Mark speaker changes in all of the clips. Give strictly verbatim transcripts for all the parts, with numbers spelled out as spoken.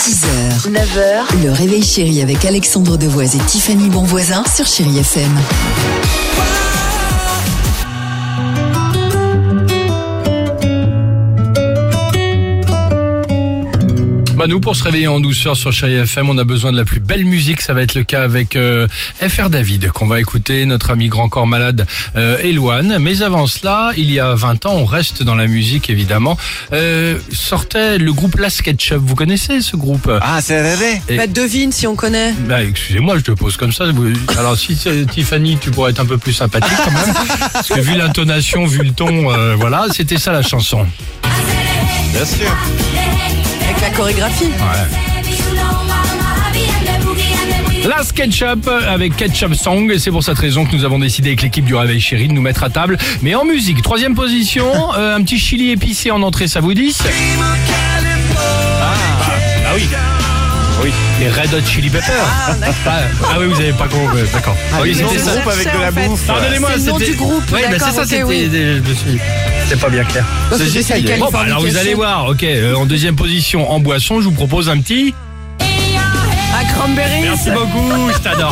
Speaker 1: six heures, neuf heures, le réveil chéri avec Alexandre Devoise et Tiffany Bonvoisin sur Chéri F M.
Speaker 2: Bah nous, pour se réveiller en douceur sur Chéri F M, on a besoin de la plus belle musique. Ça va être le cas avec euh, F R David, qu'on va écouter, notre ami Grand Corps Malade, euh, Elouane. Mais avant cela, il y a vingt ans, on reste dans la musique évidemment, euh, sortait le groupe La SketchUp. Vous connaissez ce groupe?
Speaker 3: Ah, c'est Réré.
Speaker 4: Bah devine si on connaît.
Speaker 2: Bah excusez-moi, je te pose comme ça. Alors si c'est Tiffany, tu pourrais être un peu plus sympathique quand même. Parce que vu l'intonation, vu le ton, euh, voilà, c'était ça la chanson.
Speaker 3: Bien sûr.
Speaker 4: Avec la chorégraphie.
Speaker 2: Ouais. La SketchUp avec Ketchup Song, et c'est pour cette raison que nous avons décidé avec l'équipe du Réveil Chéri de nous mettre à table. Mais en musique, troisième position, euh, un petit chili épicé en entrée, ça vous dit? Ah, ah oui. Oui, les Red Hot Chili Peppers. Ah, ah, ah oui, vous avez pas compris. D'accord.
Speaker 3: Ah,
Speaker 2: oui,
Speaker 3: c'était ça. Groupe avec de la bouffe.
Speaker 2: Pardonnez-moi,
Speaker 4: c'est le nom
Speaker 2: c'était
Speaker 4: du groupe.
Speaker 2: Oui, bah c'est ça,
Speaker 4: okay,
Speaker 2: c'était.
Speaker 4: oui.
Speaker 2: Je me suis. C'était pas bien clair.
Speaker 4: Bon, c'est ça,
Speaker 2: Bon, bah, alors vous allez voir. Ok, euh, en deuxième position, en boisson, je vous propose un petit.
Speaker 4: Ah, cranberry.
Speaker 2: Merci beaucoup, je t'adore.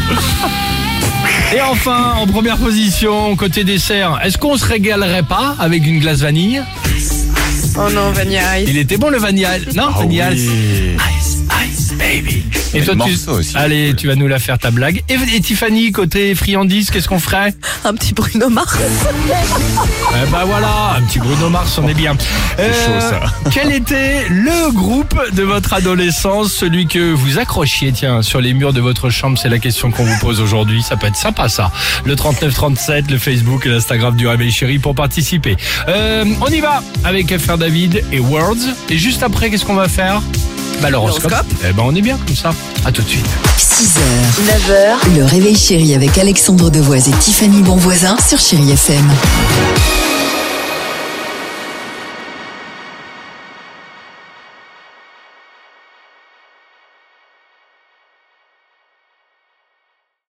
Speaker 2: Et enfin, en première position, côté dessert, est-ce qu'on se régalerait pas avec une glace vanille?
Speaker 4: Oh non, Vanilla Ice.
Speaker 2: Il était bon le vanilla. Non,
Speaker 3: Ah
Speaker 2: vanilla
Speaker 3: oui.
Speaker 2: Ice, ice, baby. Et
Speaker 3: Mais
Speaker 2: toi,
Speaker 3: le
Speaker 2: tu...
Speaker 3: morceau aussi.
Speaker 2: Allez, tu vas nous la faire ta blague. Et, et Tiffany, côté friandise, qu'est-ce qu'on ferait?
Speaker 4: Un petit Bruno Mars.
Speaker 2: Eh ben voilà, un petit Bruno Mars, on est bien.
Speaker 3: C'est chaud, ça.
Speaker 2: Quel était le groupe de votre adolescence, celui que vous accrochiez, tiens, sur les murs de votre chambre? C'est la question qu'on vous pose aujourd'hui. Ça peut être sympa, ça. Le trente-neuf trente-sept, le Facebook et l'Instagram du Réveil Chéri pour participer. Euh, on y va avec F R David et Words. Et juste après, qu'est-ce qu'on va faire? Bah, l'horoscope.
Speaker 4: L'horoscope.
Speaker 2: Eh ben, on est bien comme ça. À tout de suite.
Speaker 1: six heures, neuf heures, le réveil chéri avec Alexandre Devoise et Tiffany Bonvoisin sur Chéri F M.